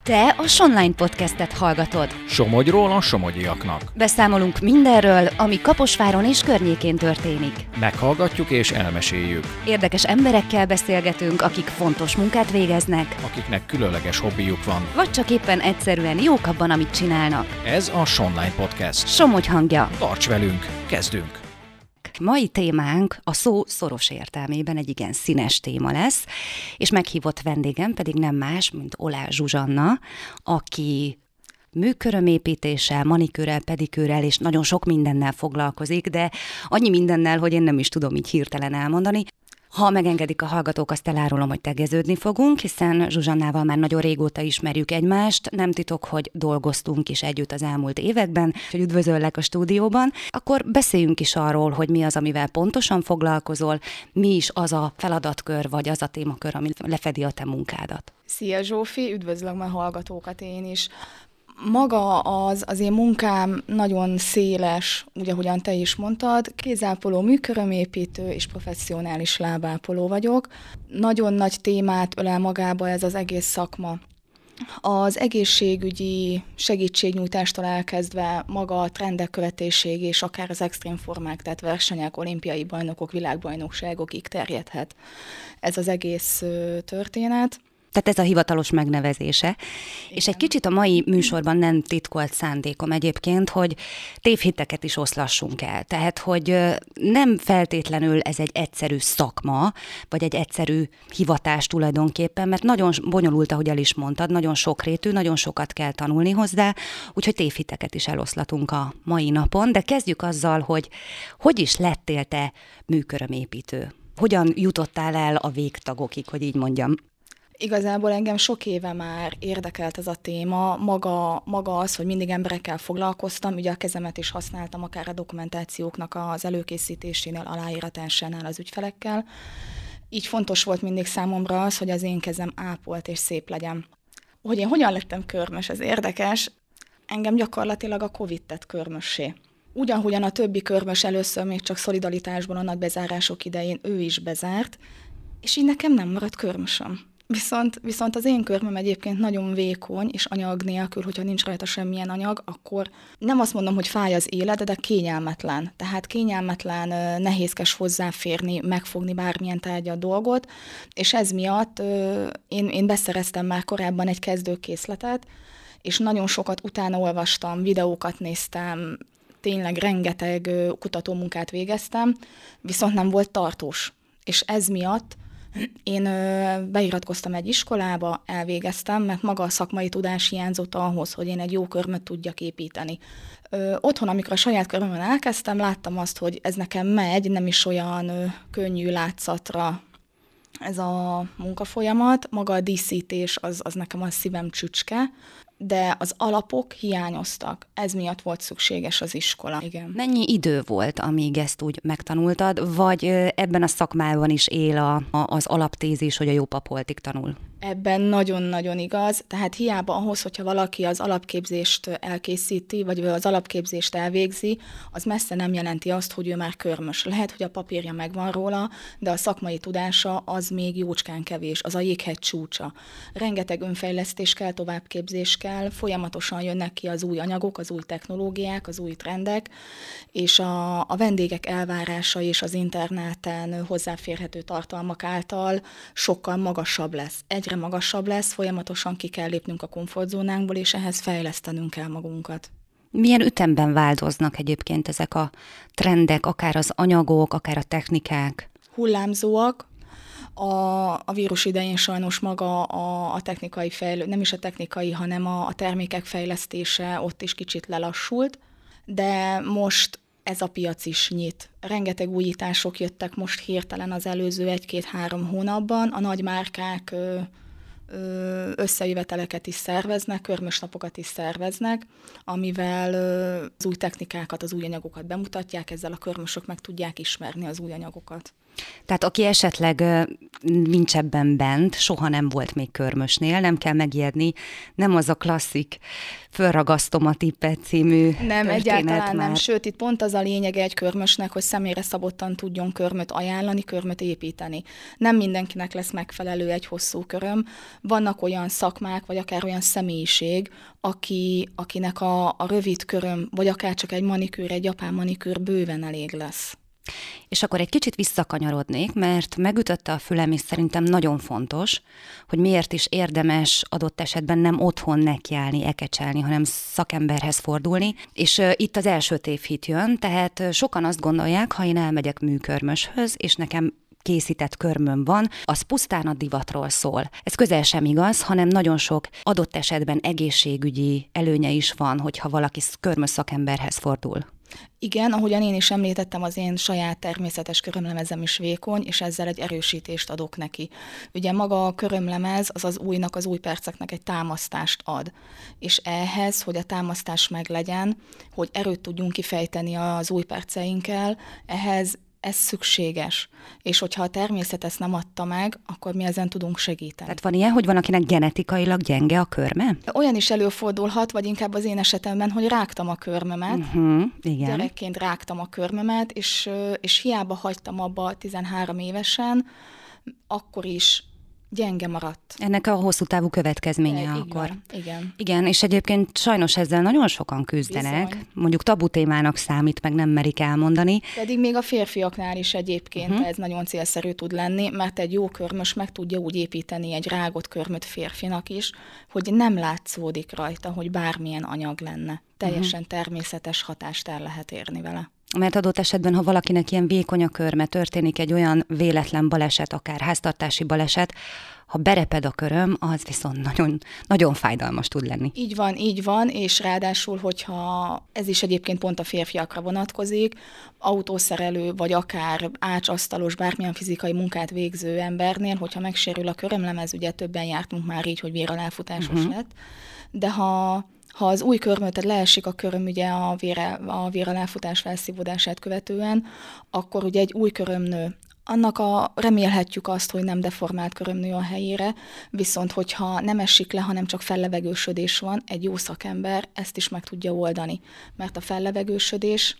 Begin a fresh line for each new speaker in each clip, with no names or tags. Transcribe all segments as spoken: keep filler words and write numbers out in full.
Te a Sonline podcastet hallgatod.
Somogyról a somogyiaknak.
Beszámolunk mindenről, ami Kaposváron és környékén történik.
Meghallgatjuk és elmeséljük.
Érdekes emberekkel beszélgetünk, akik fontos munkát végeznek,
Akiknek különleges hobbijuk van.
vagy csak éppen egyszerűen jók abban, amit csinálnak.
Ez a Sonline Podcast.
Somogy hangja.
Tarts velünk, kezdünk!
Mai témánk a szó szoros értelmében egy igen színes téma lesz, és meghívott vendégem pedig nem más, mint Olá Zsuzsanna, aki műkörömépítéssel, manikűrrel, pedikűrrel és nagyon sok mindennel foglalkozik, de annyi mindennel, hogy én nem is tudom így hirtelen elmondani. Ha megengedik a hallgatók, azt elárulom, hogy tegeződni fogunk, hiszen Zsuzsannával már nagyon régóta ismerjük egymást, nem titok, hogy dolgoztunk is együtt az elmúlt években, hogy üdvözöllek a stúdióban. Akkor beszéljünk is arról, hogy mi az, amivel pontosan foglalkozol, mi is az a feladatkör, vagy az a témakör, ami lefedi a te munkádat.
Szia Zsófi, üdvözlöm a hallgatókat én is. Maga az, az én munkám nagyon széles, ugye, ahogyan te is mondtad, kézápoló, műkörömépítő és professzionális lábápoló vagyok. Nagyon nagy témát ölel magába ez az egész szakma. Az egészségügyi segítségnyújtástól elkezdve maga a trendek követéséig és akár az extrém formák, tehát versenyek, olimpiai bajnokok, világbajnokságokig terjedhet ez az egész történet.
Tehát ez a hivatalos megnevezése. Igen. És egy kicsit a mai műsorban nem titkolt szándékom egyébként, hogy tévhiteket is oszlassunk el. Tehát, hogy nem feltétlenül ez egy egyszerű szakma, vagy egy egyszerű hivatás tulajdonképpen, mert nagyon bonyolult, ahogy el is mondtad, nagyon sokrétű, nagyon sokat kell tanulni hozzá, úgyhogy tévhiteket is eloszlatunk a mai napon, de kezdjük azzal, hogy hogy is lettél te műkörömépítő? Hogyan jutottál el a végtagokig, hogy így mondjam?
Igazából engem sok éve már érdekelt ez a téma, maga, maga az, hogy mindig emberekkel foglalkoztam, ugye a kezemet is használtam akár a dokumentációknak az előkészítésénél, aláíratásánál az ügyfelekkel. Így fontos volt mindig számomra az, hogy az én kezem ápolt és szép legyen. Hogy én hogyan lettem körmös, ez érdekes, engem gyakorlatilag a Covid tett körmössé. Ugyanhogyan a többi körmös először még csak szolidaritásban a nagy bezárások idején ő is bezárt, és így nekem nem maradt körmösöm. Viszont, viszont az én körmöm egyébként nagyon vékony, és anyag nélkül, hogyha nincs rajta semmilyen anyag, akkor nem azt mondom, hogy fáj az élet, de kényelmetlen. Tehát kényelmetlen, nehézkes hozzáférni, megfogni bármilyen tárgyat, dolgot, és ez miatt én, én beszereztem már korábban egy kezdőkészletet, és nagyon sokat utána olvastam, videókat néztem, tényleg rengeteg kutatómunkát végeztem, viszont nem volt tartós. És ez miatt én ö, beiratkoztam egy iskolába, elvégeztem, mert maga a szakmai tudás hiányzott ahhoz, hogy én egy jó körmöt tudjak építeni. Ö, otthon, amikor a saját körmömön elkezdtem, láttam azt, hogy ez nekem megy, nem is olyan ö, könnyű látszatra ez a munkafolyamat. Maga a díszítés az, az nekem a szívem csücske, de az alapok hiányoztak. Ez miatt volt szükséges az iskola. Igen.
Mennyi idő volt, amíg ezt úgy megtanultad, vagy ebben a szakmában is él a, a, az alaptézis, hogy a jó pap holtig tanul?
Ebben nagyon-nagyon igaz, tehát hiába ahhoz, hogyha valaki az alapképzést elkészíti, vagy az alapképzést elvégzi, az messze nem jelenti azt, hogy ő már körmös. Lehet, hogy a papírja megvan róla, de a szakmai tudása az még jócskán kevés, az a jéghegy csúcsa. Rengeteg önfejlesztés kell, továbbképzés kell, folyamatosan jönnek ki az új anyagok, az új technológiák, az új trendek, és a, a vendégek elvárása és az interneten hozzáférhető tartalmak által sokkal magasabb lesz. Egyre magasabb lesz, folyamatosan ki kell lépnünk a komfortzónánkból, és ehhez fejlesztenünk kell magunkat.
Milyen ütemben változnak egyébként ezek a trendek, akár az anyagok, akár a technikák?
Hullámzóak. A, a vírus idején sajnos maga a, a technikai fejlő, nem is a technikai, hanem a, a termékek fejlesztése ott is kicsit lelassult, de most ez a piac is nyit. Rengeteg újítások jöttek most hirtelen az előző egy-két-három hónapban. A nagy márkák ö, ö, összejöveteleket is szerveznek, körmösnapokat is szerveznek, amivel ö, az új technikákat, az új anyagokat bemutatják, ezzel a körmösök meg tudják ismerni az új anyagokat.
Tehát aki esetleg nincs ebben bent, soha nem volt még körmösnél, nem kell megijedni, nem az a klasszik fölragasztom a tippet című
Nem, egyáltalán
már.
nem, sőt, itt pont az a lényege egy körmösnek, hogy személyre szabottan tudjon körmöt ajánlani, körmöt építeni. Nem mindenkinek lesz megfelelő egy hosszú köröm. Vannak olyan szakmák, vagy akár olyan személyiség, aki, akinek a, a rövid köröm, vagy akár csak egy manikűr, egy japán manikűr bőven elég lesz.
És akkor egy kicsit visszakanyarodnék, mert megütötte a fülem, és szerintem nagyon fontos, hogy miért is érdemes adott esetben nem otthon nekiállni, ekecselni, hanem szakemberhez fordulni. És uh, itt az első tévhit jön, tehát uh, sokan azt gondolják, ha én elmegyek műkörmöshöz, és nekem készített körmöm van, az pusztán a divatról szól. Ez közel sem igaz, hanem nagyon sok adott esetben egészségügyi előnye is van, hogyha valaki körmös szakemberhez fordul.
Igen, ahogyan én is említettem, az én saját természetes körömlemezem is vékony, és ezzel egy erősítést adok neki. Ugye maga a körömlemez az az újnak, az új perceknek egy támasztást ad. És ehhez, hogy a támasztás meglegyen, hogy erőt tudjunk kifejteni az új perceinkkel, ehhez ez szükséges. És hogyha a természet ezt nem adta meg, akkor mi ezen tudunk segíteni.
Tehát van ilyen, hogy van, akinek genetikailag gyenge a körme?
Olyan is előfordulhat, vagy inkább az én esetemben, hogy rágtam a körmömet.
Uh-huh, igen.
Gyerekként rágtam a körmömet, és, és hiába hagytam abba tizenhárom évesen, akkor is gyenge maradt.
Ennek a hosszú távú következménye
Igen,
akkor.
igen.
Igen, és egyébként sajnos ezzel nagyon sokan küzdenek.
Bizony.
Mondjuk tabu témának számít, meg nem merik elmondani.
Pedig még a férfiaknál is egyébként
Uh-huh.
ez nagyon célszerű tud lenni, mert egy jó körmös meg tudja úgy építeni egy rágott körmöt férfinak is, hogy nem látszódik rajta, hogy bármilyen anyag lenne. Teljesen uh-huh. természetes hatást el lehet érni vele.
Mert adott esetben, ha valakinek ilyen vékony a körme, történik egy olyan véletlen baleset, akár háztartási baleset, ha bereped a köröm, az viszont nagyon, nagyon fájdalmas tud lenni.
Így van, így van, és ráadásul, hogyha ez is egyébként pont a férfiakra vonatkozik, autószerelő, vagy akár ácsasztalos, bármilyen fizikai munkát végző embernél, hogyha megsérül a körömlemez, ugye többen jártunk már így, hogy véraláfutásos uh-huh. lett, de ha Ha az új körmötet leesik a köröm ugye a, vére, a véraláfutás felszívódását követően, akkor ugye egy új köröm nő. Annak a, remélhetjük azt, hogy nem deformált köröm nő a helyére, viszont hogyha nem esik le, hanem csak fellevegősödés van, egy jó szakember ezt is meg tudja oldani. Mert a fellevegősödés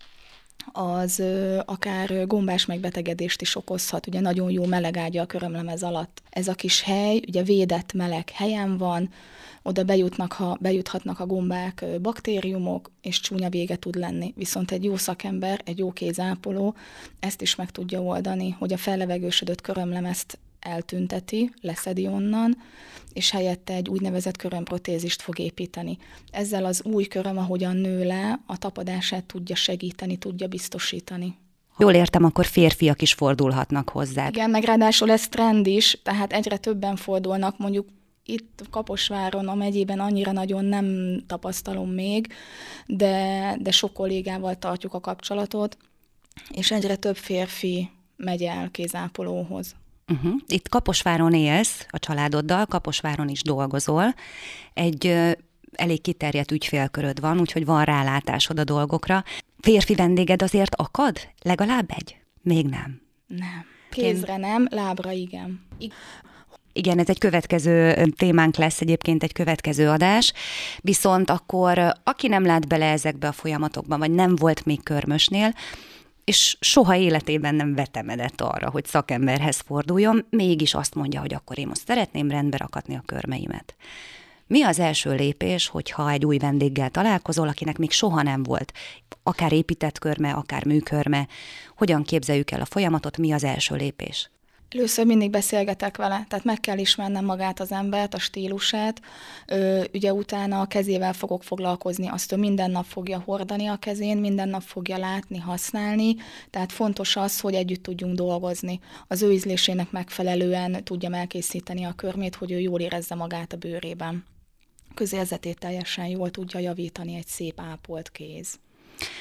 az ö, akár gombás megbetegedést is okozhat, ugye nagyon jó meleg ágya a körömlemez alatt. Ez a kis hely, ugye védett meleg helyen van, oda bejutnak, ha bejuthatnak a gombák, baktériumok, és csúnya vége tud lenni. Viszont egy jó szakember, egy jó kézápoló ezt is meg tudja oldani, hogy a fellevegősödött körömlemezt eltünteti, leszedi onnan, és helyette egy úgynevezett körömprotézist fog építeni. Ezzel az új köröm, ahogyan nő le, a tapadását tudja segíteni, tudja biztosítani.
Jól értem, akkor férfiak is fordulhatnak hozzá.
Igen, meg ráadásul ez trend is, tehát egyre többen fordulnak, mondjuk itt Kaposváron, a megyében annyira nagyon nem tapasztalom még, de, de sok kollégával tartjuk a kapcsolatot, és egyre több férfi megy el kézápolóhoz.
Uh-huh. Itt Kaposváron élsz a családoddal, Kaposváron is dolgozol. Egy ö, elég kiterjedt ügyfélköröd van, úgyhogy van rálátásod a dolgokra. Férfi vendéged azért akad? Legalább egy? Még nem.
Nem. Kézre nem, lábra igen. I-
Igen, ez egy következő témánk lesz, egyébként egy következő adás, viszont akkor aki nem lát bele ezekbe a folyamatokban, vagy nem volt még körmösnél, és soha életében nem vetemedett arra, hogy szakemberhez forduljon, mégis azt mondja, hogy akkor én most szeretném rendbe rakatni a körmeimet. Mi az első lépés, hogyha egy új vendéggel találkozol, akinek még soha nem volt, akár épített körme, akár műkörme, hogyan képzeljük el a folyamatot, mi az első lépés?
Először mindig beszélgetek vele, tehát meg kell ismernem magát az embert, a stílusát, Ö, ugye utána a kezével fogok foglalkozni, azt ő minden nap fogja hordani a kezén, minden nap fogja látni, használni, tehát fontos az, hogy együtt tudjunk dolgozni. Az ő ízlésének megfelelően tudjam elkészíteni a körmét, hogy ő jól érezze magát a bőrében. Közérzetét teljesen jól tudja javítani egy szép ápolt kéz.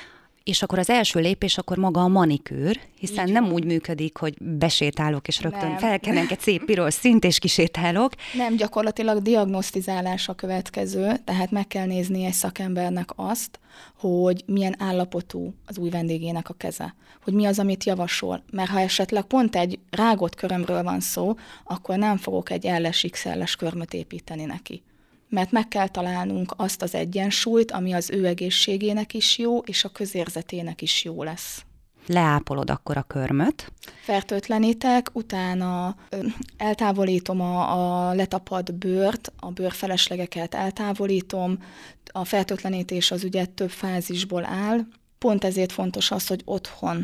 És akkor az első lépés akkor maga a manikűr, hiszen Így nem van. Úgy működik, hogy besétálok, és rögtön nem. felkenek egy szép piros szint, és kisétálok.
Nem, gyakorlatilag diagnosztizálás a következő, tehát meg kell nézni egy szakembernek azt, hogy milyen állapotú az új vendégének a keze, hogy mi az, amit javasol. Mert ha esetleg pont egy rágott körömről van szó, akkor nem fogok egy el es iksz el-es körmöt építeni neki. Mert meg kell találnunk azt az egyensúlyt, ami az ő egészségének is jó, és a közérzetének is jó lesz.
Leápolod akkor a körmöt.
Fertőtlenítek, utána eltávolítom a, a letapadt bőrt, a bőrfeleslegeket eltávolítom. A fertőtlenítés az ugye több fázisból áll. Pont ezért fontos az, hogy otthon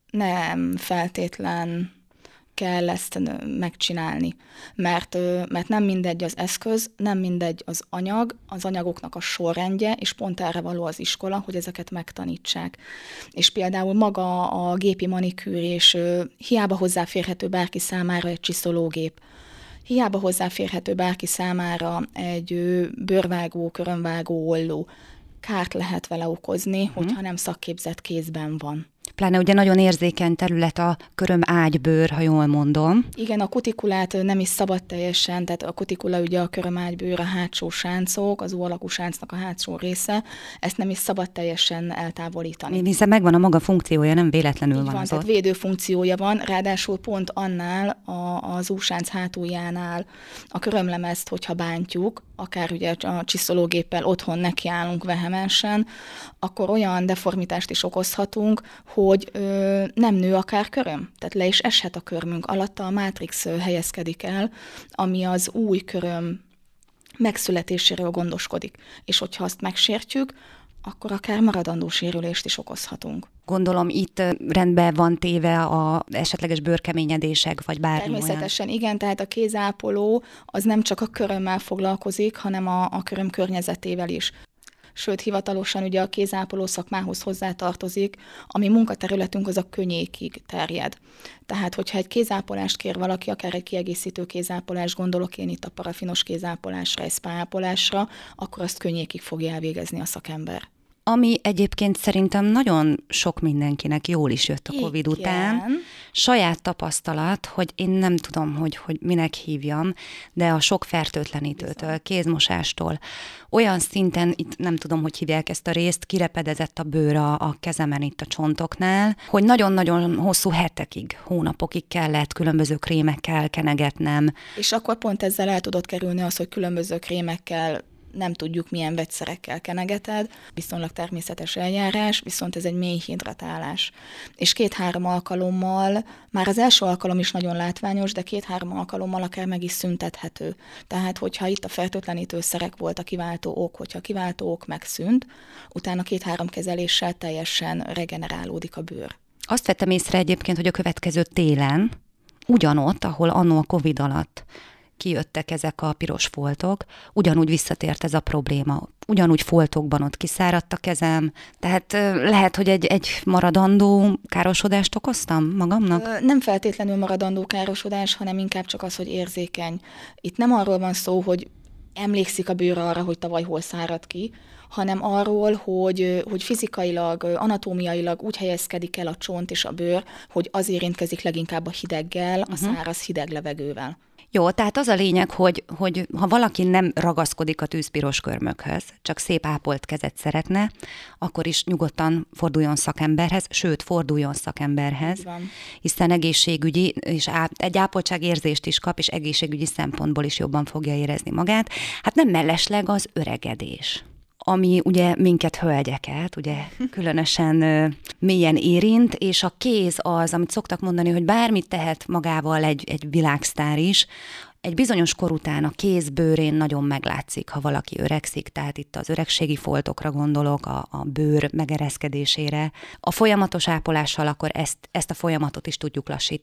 nem feltétlen kell ezt megcsinálni, mert, mert nem mindegy az eszköz, nem mindegy az anyag, az anyagoknak a sorrendje, és pont erre való az iskola, hogy ezeket megtanítsák. És például maga a gépi manikűr, és hiába hozzáférhető bárki számára egy csiszológép, hiába hozzáférhető bárki számára egy bőrvágó, körömvágó olló, kárt lehet vele okozni, hmm. hogyha nem szakképzett kézben van.
Pláne ugye nagyon érzékeny terület a köröm ágybőr, ha jól mondom.
Igen, a kutikulát nem is szabad teljesen, tehát a kutikula ugye a köröm ágybőr, a hátsó sáncok, az U alakú sáncnak a hátsó része, ezt nem is szabad teljesen eltávolítani.
Hiszen megvan a maga funkciója, nem véletlenül
Így
van,
van
az
tehát
ott.
Védő funkciója van, ráadásul pont annál a, az U-sánc hátuljánál a körömlemezt, hogyha bántjuk, akár ugye a csiszológéppel otthon nekiállunk vehemensen, akkor olyan deformitást is okozhatunk, hogy ö, nem nő akár köröm, tehát le is eshet a körmünk. Alatta a mátrix helyezkedik el, ami az új köröm megszületéséről gondoskodik. És hogyha azt megsértjük, akkor akár maradandó sérülést is okozhatunk.
Gondolom itt rendben van téve a esetleges bőrkeményedések, vagy bármi olyan.
Természetesen igen, tehát a kézápoló az nem csak a körömmel foglalkozik, hanem a, a köröm környezetével is. Sőt, hivatalosan ugye a kézápoló szakmához hozzátartozik, ami munkaterületünk az a könnyékig terjed. Tehát, hogyha egy kézápolást kér valaki, akár egy kiegészítő kézápolást, gondolok én itt a parafinos kézápolásra, egy spáápolásra, akkor azt könnyékig fogja elvégezni a szakember.
Ami egyébként szerintem nagyon sok mindenkinek jól is jött a Covid
Igen.
után. Saját tapasztalat, hogy én nem tudom, hogy, hogy minek hívjam, de a sok fertőtlenítőtől, kézmosástól olyan szinten, itt nem tudom, hogy hívják ezt a részt, kirepedezett a bőr a, a kezemen itt a csontoknál, hogy nagyon-nagyon hosszú hetekig, hónapokig kellett különböző krémekkel kenegetnem.
És akkor pont ezzel el tudod kerülni az, hogy különböző krémekkel nem tudjuk, milyen vegyszerekkel kenegeted, viszonylag természetes eljárás, viszont ez egy mély hidratálás. És két-három alkalommal, már az első alkalom is nagyon látványos, de két-három alkalommal akár meg is szüntethető. Tehát, hogyha itt a fertőtlenítőszerek volt a kiváltó ok, hogyha a kiváltó ok megszűnt, utána két-három kezeléssel teljesen regenerálódik a bőr.
Azt vettem észre egyébként, hogy a következő télen, ugyanott, ahol annó a Covid alatt kijöttek ezek a piros foltok, ugyanúgy visszatért ez a probléma. Ugyanúgy foltokban ott kiszáradt a kezem, tehát lehet, hogy egy, egy maradandó károsodást okoztam magamnak?
Nem feltétlenül maradandó károsodás, hanem inkább csak az, hogy érzékeny. Itt nem arról van szó, hogy emlékszik a bőr arra, hogy tavaly hol száradt ki, hanem arról, hogy, hogy fizikailag, anatómiailag úgy helyezkedik el a csont és a bőr, hogy az érintkezik leginkább a hideggel, a uh-huh. száraz hideg levegővel.
Jó, tehát az a lényeg, hogy, hogy ha valaki nem ragaszkodik a tűzpiros körmökhöz, csak szép ápolt kezet szeretne, akkor is nyugodtan forduljon szakemberhez, sőt, forduljon szakemberhez, hiszen egészségügyi, és á, egy ápoltságérzést is kap, és egészségügyi szempontból is jobban fogja érezni magát. Hát nem mellesleg az öregedés, ami ugye minket, hölgyeket, ugye különösen ö, mélyen érint, és a kéz az, amit szoktak mondani, hogy bármit tehet magával egy, egy világsztár is, egy bizonyos kor után a kéz bőrén nagyon meglátszik, ha valaki öregszik, tehát itt az öregségi foltokra gondolok, a, a bőr megereszkedésére. A folyamatos ápolással akkor ezt, ezt a folyamatot is tudjuk lassítani.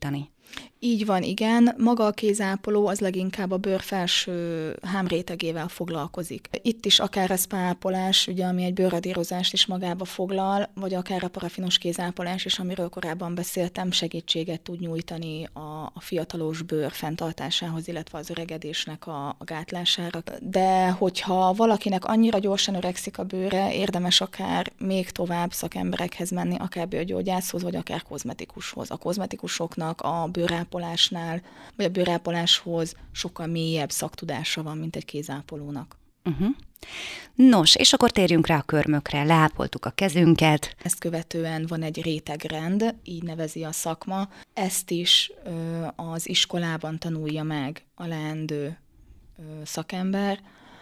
Így van, igen. Maga a kézápoló az leginkább a bőr felső hámrétegével foglalkozik. Itt is akár a spápolás, ugye, ami egy bőrradírozást is magába foglal, vagy akár a parafinos kézápolás is, amiről korábban beszéltem, segítséget tud nyújtani a, a fiatalos bőr fenntartásához, illetve az öregedésnek a, a gátlására. De hogyha valakinek annyira gyorsan öregszik a bőre, érdemes akár még tovább szakemberekhez menni, akár bőrgyógyászhoz, vagy akár kozmetikushoz. A kozmetikusoknak a bőrápolásnál, vagy a bőrápoláshoz sokkal mélyebb szaktudása van, mint egy kézápolónak.
Uh-huh. Nos, és akkor térjünk rá a körmökre, leápoltuk a kezünket.
Ezt követően van egy rétegrend, így nevezi a szakma. Ezt is ö, az iskolában tanulja meg a leendő ö, szakember.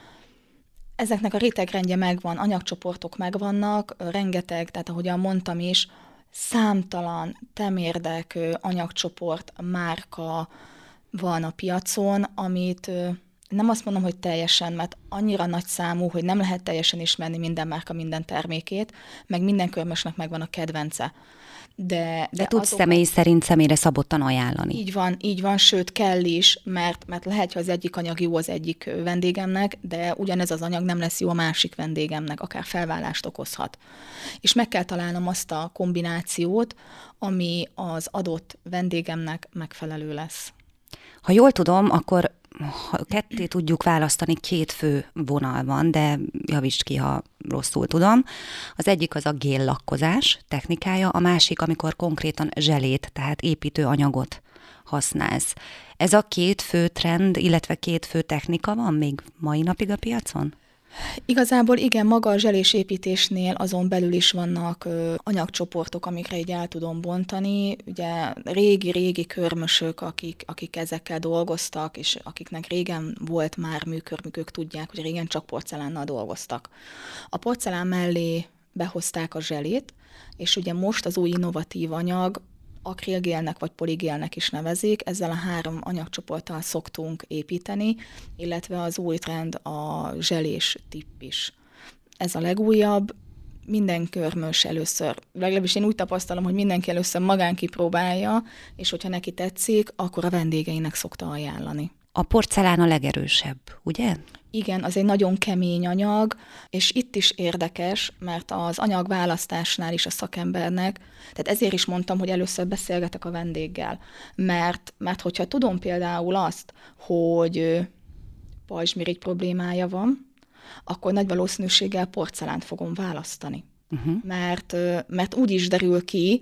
Ezeknek a rétegrendje megvan, anyagcsoportok megvannak, rengeteg, tehát ahogyan mondtam is, számtalan temérdek anyagcsoport, márka van a piacon, amit nem azt mondom, hogy teljesen, mert annyira nagy számú, hogy nem lehet teljesen ismerni minden márka minden termékét, meg minden körmösnek megvan a kedvence. De, de,
de tudsz
azok...
személy szerint személyre szabottan ajánlani.
Így van, így van, sőt kell is, mert, mert lehet, hogy az egyik anyag jó az egyik vendégemnek, de ugyanez az anyag nem lesz jó a másik vendégemnek, akár felvállást okozhat. És meg kell találnom azt a kombinációt, ami az adott vendégemnek megfelelő lesz.
Ha jól tudom, akkor ha ketté tudjuk választani, két fő vonal van, de javítsd ki, ha rosszul tudom. Az egyik az a géllakkozás technikája, a másik, amikor konkrétan zselét, tehát építőanyagot használsz. Ez a két fő trend, illetve két fő technika van még mai napig a piacon?
Igazából igen, maga a zselésépítésnél azon belül is vannak ö, anyagcsoportok, amikre így el tudom bontani. Ugye régi-régi körmösök, akik, akik ezekkel dolgoztak, és akiknek régen volt már műkörmük, ők tudják, hogy régen csak porcelánnal dolgoztak. A porcelán mellé behozták a zselét, és ugye most az új innovatív anyag, akrilgélnek vagy poligélnek is nevezik, ezzel a három anyagcsoporttal szoktunk építeni, illetve az új trend a zselés tipp is. Ez a legújabb, minden körmös először, legalábbis én úgy tapasztalom, hogy mindenki először magán kipróbálja, és hogyha neki tetszik, akkor a vendégeinek szokta ajánlani.
A porcelán a legerősebb, ugye?
Igen, az egy nagyon kemény anyag, és itt is érdekes, mert az anyagválasztásnál is a szakembernek, tehát ezért is mondtam, hogy először beszélgetek a vendéggel, mert, mert hogyha tudom például azt, hogy pajzsmirigy problémája van, akkor nagy valószínűséggel porcelánt fogom választani. Uh-huh. Mert, mert úgy is derül ki,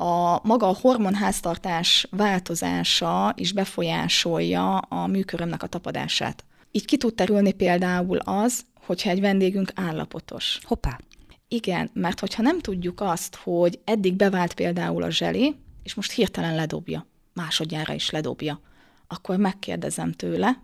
a maga a hormonháztartás változása is befolyásolja a műkörömnek a tapadását. Így ki tud terülni például az, hogyha egy vendégünk állapotos.
Hoppá!
Igen, mert hogyha nem tudjuk azt, hogy eddig bevált például a zselé, és most hirtelen ledobja, másodjára is ledobja, akkor megkérdezem tőle,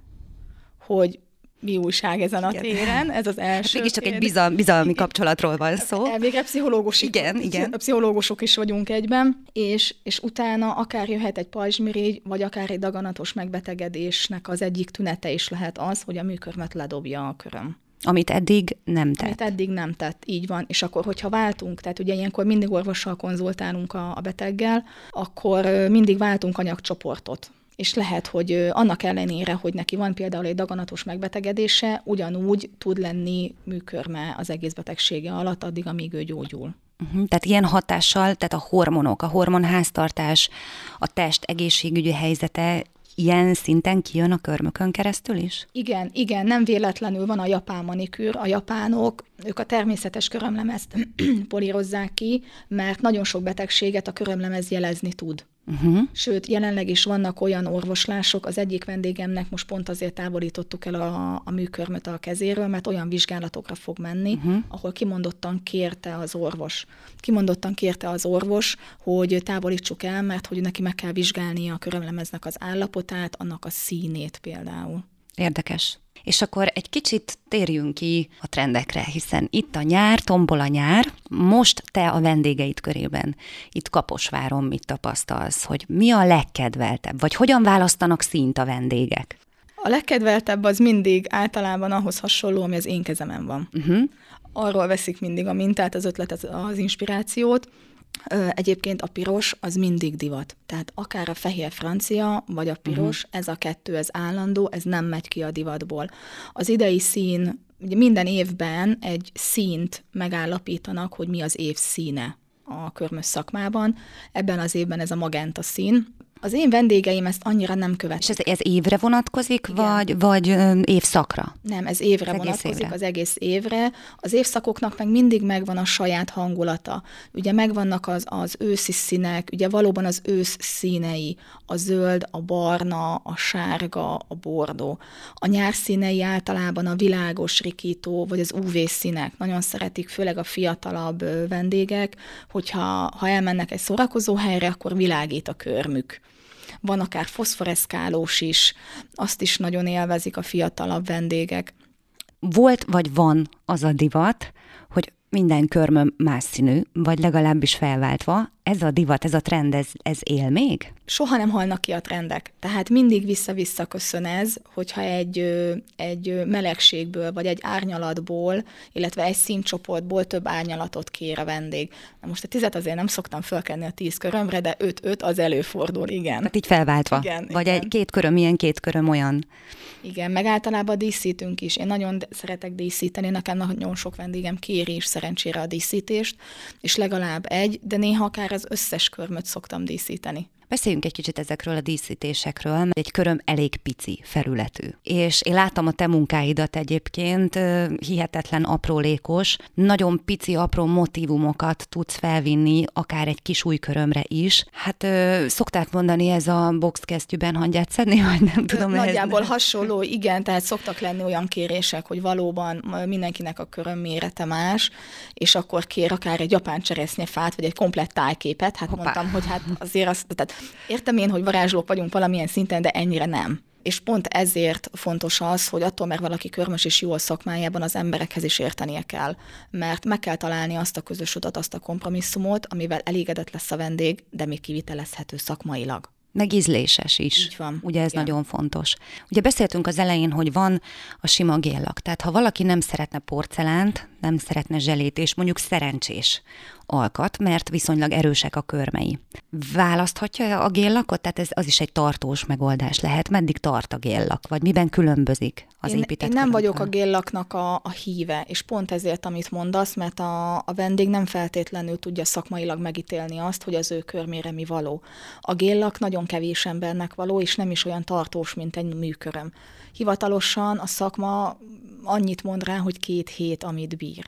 hogy mi újság ezen a téren, ez az első.
Mégis csak egy bizal, bizalmi kapcsolatról van szó.
Elvégre pszichológus,
igen, igen.
Pszichológusok is vagyunk egyben, és, és utána akár jöhet egy pajzsmirigy, vagy akár egy daganatos megbetegedésnek az egyik tünete is lehet az, hogy a műkörmet ledobja a köröm.
Amit eddig nem tett.
Amit eddig nem tett, így van. És akkor, hogyha váltunk, tehát ugye ilyenkor mindig orvossal konzultálunk a, a beteggel, akkor mindig váltunk anyagcsoportot. És lehet, hogy annak ellenére, hogy neki van például egy daganatos megbetegedése, ugyanúgy tud lenni műkörme az egész betegsége alatt, addig, amíg ő gyógyul.
Uh-huh. Tehát ilyen hatással, tehát a hormonok, a hormonháztartás, a test egészségügyi helyzete ilyen szinten kijön a körmökön keresztül is?
Igen, igen, nem véletlenül van a japán manikűr. A japánok, ők a természetes körömlemezt polírozzák ki, mert nagyon sok betegséget a körömlemez jelezni tud. Uh-huh. Sőt, jelenleg is vannak olyan orvoslások, az egyik vendégemnek most pont azért távolítottuk el a, a műkörmöt a kezéről, mert olyan vizsgálatokra fog menni, uh-huh. ahol kimondottan kérte az orvos. Kimondottan kérte az orvos, hogy távolítsuk el, mert hogy neki meg kell vizsgálnia a körömlemeznek az állapotát, annak a színét például.
Érdekes. És akkor egy kicsit térjünk ki a trendekre, hiszen itt a nyár, tombol a nyár, most te a vendégeid körében, itt Kaposváron mit tapasztalsz, hogy mi a legkedveltebb, vagy hogyan választanak színt a vendégek?
A legkedveltebb az mindig általában ahhoz hasonló, ami az én kezemen van. Uh-huh. Arról veszik mindig a mintát, az ötletet, az inspirációt. Egyébként a piros az mindig divat. Tehát akár a fehér francia, vagy a piros, uh-huh. ez a kettő, ez állandó, ez nem megy ki a divatból. Az idei szín, ugye minden évben egy színt megállapítanak, hogy mi az év színe a körmös szakmában. Ebben az évben ez a magenta szín. Az én vendégeim ezt annyira nem követik.
És ez, ez évre vonatkozik, vagy, vagy évszakra?
Nem, ez évre az vonatkozik, évre. az egész évre. Az évszakoknak meg mindig megvan a saját hangulata. Ugye megvannak az, az őszi színek, ugye valóban az ősz színei, a zöld, a barna, a sárga, a bordó. A nyár színei általában a világos rikító, vagy az ú vé színek. Nagyon szeretik, főleg a fiatalabb vendégek, hogyha ha elmennek egy szórakozó helyre, akkor világít a körmük. Van akár foszforeszkálós is, azt is nagyon élvezik a fiatalabb vendégek.
Volt vagy van az a divat, hogy minden körmöm más színű, vagy legalábbis felváltva. Ez a divat, ez a trend, ez, ez él még?
Soha nem halnak ki a trendek. Tehát mindig vissza-vissza köszön ez, hogyha egy, egy melegségből, vagy egy árnyalatból, illetve egy színcsoportból több árnyalatot kér a vendég. Na most a tizet azért nem szoktam fölkenni a tíz körömre, de öt-öt az előfordul, igen.
Tehát így felváltva?
Igen,
vagy
igen.
egy két köröm ilyen, két köröm olyan?
Igen, meg általában díszítünk is. Én nagyon szeretek díszíteni, nekem nagyon sok vendégem kéri is szerencsére a díszítést, és legalább egy, de néha akár az összes körmöt szoktam díszíteni.
Beszéljünk egy kicsit ezekről a díszítésekről, mert egy köröm elég pici felületű. És én láttam a te munkáidat egyébként, hihetetlen aprólékos, nagyon pici, apró motívumokat tudsz felvinni, akár egy kis új körömre is. Hát szokták mondani, ez a boxkesztyűben hangyát szedni, vagy nem tudom.
Nagyjából hasonló, igen, tehát szoktak lenni olyan kérések, hogy valóban mindenkinek a köröm mérete más, és akkor kér akár egy japán cseresznyefát, vagy egy komplett tájképet. Hát Hoppá. mondtam, hogy hát azért azt, tehát értem én, hogy varázslók vagyunk valamilyen szinten, de ennyire nem. És pont ezért fontos az, hogy attól, mert valaki körmös és jól szakmájában, az emberekhez is értenie kell. Mert meg kell találni azt a közös utat, azt a kompromisszumot, amivel elégedett lesz a vendég, de még kivitelezhető szakmailag.
Meg ízléses is.
Így van.
Ugye ez
igen.
nagyon fontos. Ugye beszéltünk az elején, hogy van a sima géllak. Tehát ha valaki nem szeretne porcelánt, nem szeretne zselét, és mondjuk szerencsés alkat, mert viszonylag erősek a körmei. Választhatja a géllakot? Tehát ez az is egy tartós megoldás lehet. Meddig tart a géllak? Vagy miben különbözik az
én,
épített
Én nem
körömtől?
vagyok a géllaknak a, a híve, és pont ezért, amit mondasz, mert a, a vendég nem feltétlenül tudja szakmailag megítélni azt, hogy az ő körmére mi való. A géllak nagyon kevés embernek való, és nem is olyan tartós, mint egy műköröm. Hivatalosan a szakma annyit mond rá, hogy két hét, amit bír.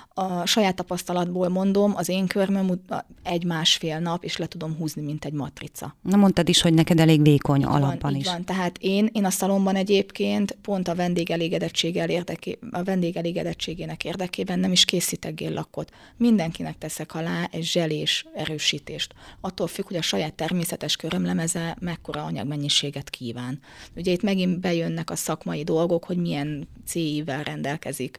A saját tapasztalatból mondom, az én körmöm egy-másfél nap, és le tudom húzni, mint egy matrica.
Na mondtad is, hogy neked elég vékony
így
alapban
van,
is.
Így van, tehát én, én a szalomban egyébként pont a vendég elégedettséggel érdeké, a vendég elégedettségének érdekében nem is készítek géllakot. Mindenkinek teszek alá egy zselés erősítést. Attól függ, hogy a saját természetes körömlemeze mekkora anyagmennyiséget kíván. Ugye itt megint bejönnek a szakmai dolgok, hogy milyen cé í-vel rendelkezik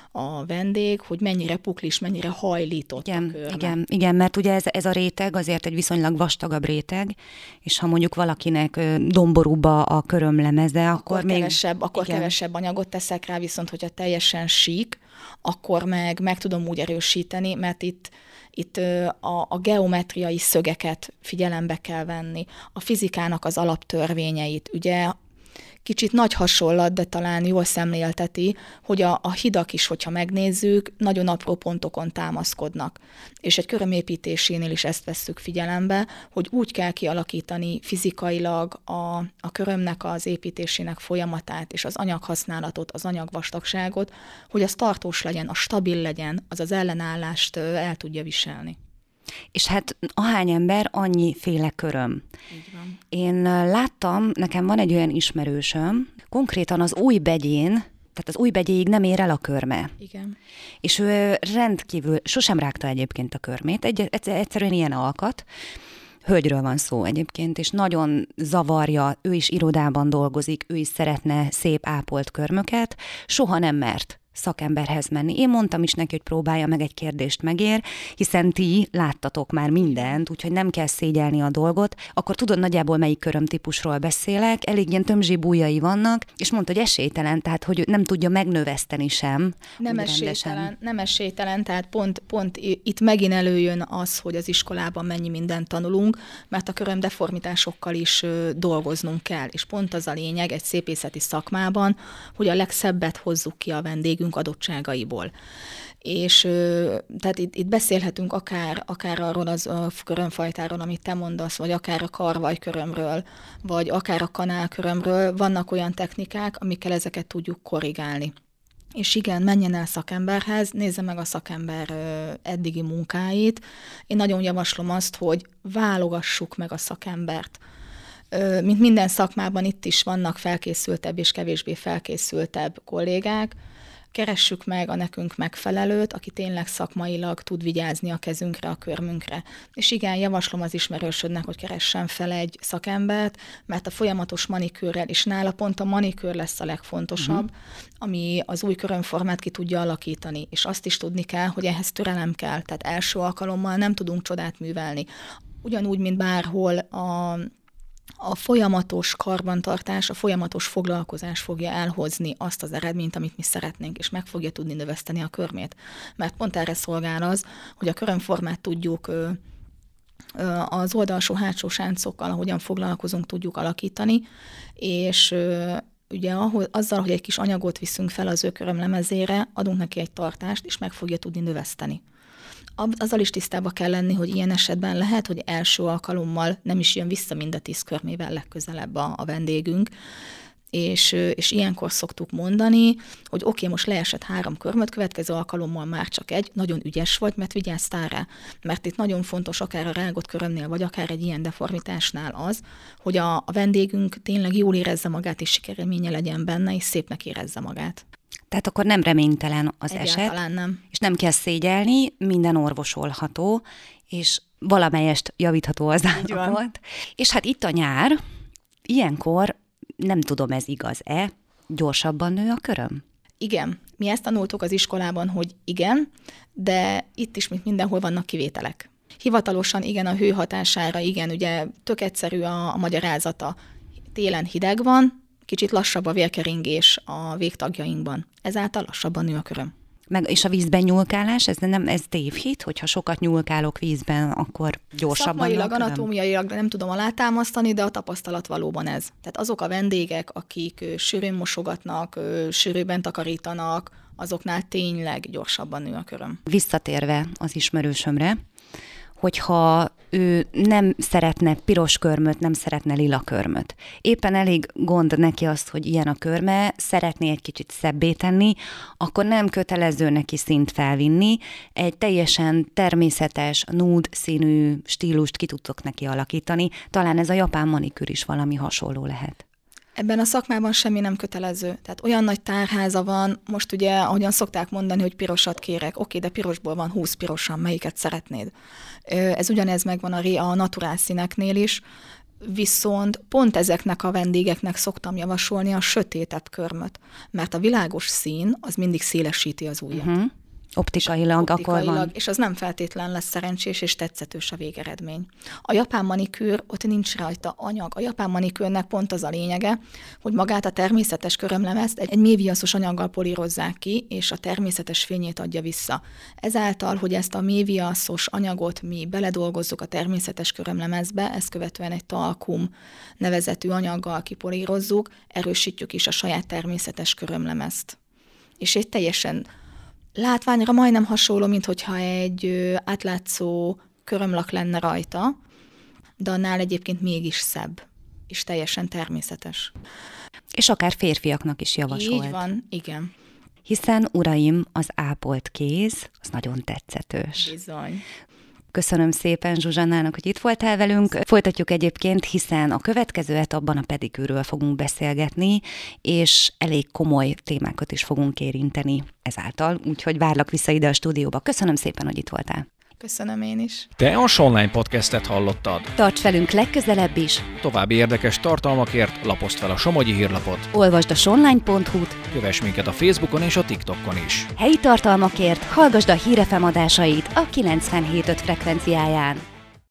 a vendég, hogy mennyire puklis, mennyire hajlított
igen,
a körme.
Igen, igen, mert ugye ez, ez a réteg azért egy viszonylag vastagabb réteg, és ha mondjuk valakinek domborúbb a körömlemeze, akkor,
akkor
még...
Kevesebb, akkor kevesebb anyagot teszek rá, viszont hogyha teljesen sík, akkor meg, meg tudom úgy erősíteni, mert itt Itt a, a geometriai szögeket figyelembe kell venni, a fizikának az alaptörvényeit. Ugye kicsit nagy hasonlat, de talán jól szemlélteti, hogy a, a hidak is, hogyha megnézzük, nagyon apró pontokon támaszkodnak. És egy körömépítésénél is ezt vesszük figyelembe, hogy úgy kell kialakítani fizikailag a, a körömnek az építésének folyamatát, és az anyaghasználatot, az anyagvastagságot, hogy az tartós legyen, a stabil legyen, az az ellenállást el tudja viselni.
És hát ahány ember, annyi féle köröm.
Így van.
Én láttam, nekem van egy olyan ismerősöm, konkrétan az új begyén, tehát az új begyéig nem ér el a körme.
Igen.
És ő rendkívül, sosem rágta egyébként a körmét, egy, egyszerűen ilyen alkat. Hölgyről van szó egyébként, és nagyon zavarja, ő is irodában dolgozik, ő is szeretne szép ápolt körmöket, soha nem mert szakemberhez menni. Én mondtam is neki, hogy próbálja meg, egy kérdést megér, hiszen ti láttatok már mindent, úgyhogy nem kell szégyelni a dolgot. Akkor tudod nagyjából melyik körömtípusról beszélek, elég ilyen tömzsibújai vannak, és mondta, hogy esélytelen, tehát hogy nem tudja megnöveszteni sem.
Nem esélytelen, nem esélytelen, tehát pont, pont itt megint előjön az, hogy az iskolában mennyi mindent tanulunk, mert a körömdeformitásokkal is dolgoznunk kell, és pont az a lényeg egy szépészeti szakmában, hogy a legszebbet hozzuk ki a vendégünk adottságaiból. És tehát itt, itt beszélhetünk akár, akár arról az a körömfajtáról, amit te mondasz, vagy akár a karvajkörömről, vagy akár a kanálkörömről. Vannak olyan technikák, amikkel ezeket tudjuk korrigálni. És igen, menjen el szakemberhez, nézze meg a szakember eddigi munkáit. Én nagyon javaslom azt, hogy válogassuk meg a szakembert. Mint minden szakmában, itt is vannak felkészültebb és kevésbé felkészültebb kollégák. Keressük meg a nekünk megfelelőt, aki tényleg szakmailag tud vigyázni a kezünkre, a körmünkre. És igen, javaslom az ismerősödnek, hogy keressen fel egy szakembert, mert a folyamatos manikűrrel, és nála pont a manikűr lesz a legfontosabb, uh-huh. ami az új körömformát ki tudja alakítani. És azt is tudni kell, hogy ehhez türelem kell. Tehát első alkalommal nem tudunk csodát művelni. Ugyanúgy, mint bárhol a A folyamatos karbantartás, a folyamatos foglalkozás fogja elhozni azt az eredményt, amit mi szeretnénk, és meg fogja tudni növeszteni a körmét. Mert pont erre szolgál az, hogy a körömformát tudjuk ö, ö, az oldalsó hátsó sáncokkal, ahogyan foglalkozunk, tudjuk alakítani, és ö, ugye ahhoz, azzal, hogy egy kis anyagot viszünk fel az ő körömlemezére, adunk neki egy tartást, és meg fogja tudni növeszteni. Azzal is tisztába kell lenni, hogy ilyen esetben lehet, hogy első alkalommal nem is jön vissza mind a tíz körmével legközelebb a, a vendégünk, és, és ilyenkor szoktuk mondani, hogy oké, okay, most leesett három körmöt, következő alkalommal már csak egy, nagyon ügyes vagy, mert vigyáztál rá. Mert itt nagyon fontos, akár a rágott körömnél, vagy akár egy ilyen deformitásnál az, hogy a, a vendégünk tényleg jól érezze magát, és sikerélménye legyen benne, és szépnek érezze magát.
Tehát akkor nem reménytelen az
Egyáltalán
eset,
nem.
És nem kell szégyelni, minden orvosolható, és valamelyest javítható az állapot. És hát itt a nyár, ilyenkor, nem tudom, ez igaz-e, gyorsabban nő a köröm?
Igen. Mi ezt tanultuk az iskolában, hogy igen, de itt is, mint mindenhol, vannak kivételek. Hivatalosan igen, a hő hatására, igen, ugye tök egyszerű a, a magyarázata. Télen hideg van, kicsit lassabb a vérkeringés a végtagjainkban. Ezáltal lassabban nő a köröm.
Meg, és a vízben nyúlkálás, ez nem ez tévhit, hogyha sokat nyúlkálok vízben, akkor gyorsabban
szakmailag, anatómiailag nem tudom alátámasztani, de a tapasztalat valóban ez. Tehát azok a vendégek, akik sűrűn mosogatnak, sűrűben takarítanak, azoknál tényleg gyorsabban nő a köröm.
Visszatérve az ismerősömre, hogyha ő nem szeretne piros körmöt, nem szeretne lila körmöt. Éppen elég gond neki azt, hogy ilyen a körme, szeretné egy kicsit szebbé tenni, akkor nem kötelező neki szint felvinni, egy teljesen természetes, nude színű stílust ki tudtok neki alakítani. Talán ez a japán manikűr is valami hasonló lehet.
Ebben a szakmában semmi nem kötelező. Tehát olyan nagy tárháza van, most ugye, ahogyan szokták mondani, hogy pirosat kérek. Oké, de pirosból van húsz pirosan, melyiket szeretnéd? Ez ugyanez megvan a, a naturál színeknél is, viszont pont ezeknek a vendégeknek szoktam javasolni a sötétebb körmöt, mert a világos szín az mindig szélesíti az ujjat. Uh-huh.
Optikailag,
optikailag
akkor van.
És az nem feltétlen lesz szerencsés és tetszetős a végeredmény. A japán manikűr, ott nincs rajta anyag. A japán manikűrnek pont az a lényege, hogy magát a természetes körömlemezt egy, egy mélyviaszos anyaggal polírozzák ki, és a természetes fényét adja vissza. Ezáltal, hogy ezt a mélyviaszos anyagot mi beledolgozzuk a természetes körömlemezbe, ezt követően egy talkum nevezetű anyaggal kipolírozzuk, erősítjük is a saját természetes körömlemezt. És egy teljesen látványra majdnem hasonló, mint hogyha egy átlátszó körömlak lenne rajta, de annál egyébként mégis szebb, és teljesen természetes.
És akár férfiaknak is javasolt.
Így van, igen.
Hiszen, uraim, az ápolt kéz, az nagyon tetszetős.
Bizony.
Köszönöm szépen Zsuzsannának, hogy itt voltál velünk. Folytatjuk egyébként, hiszen a következő etapban a pedikűrről fogunk beszélgetni, és elég komoly témákat is fogunk érinteni ezáltal, úgyhogy várlak vissza ide a stúdióba. Köszönöm szépen, hogy itt voltál.
Köszönöm én is.
Te a Sonline podcastet hallottad.
Tarts velünk legközelebb is.
További érdekes tartalmakért lapozd fel a Somogyi hírlapot.
Olvasd a sonline pont hu-t.
Kövess minket a Facebookon és a TikTokon is.
Helyi tartalmakért hallgasd a Hír ef em adásait a kilencvenhét egész öt frekvenciáján.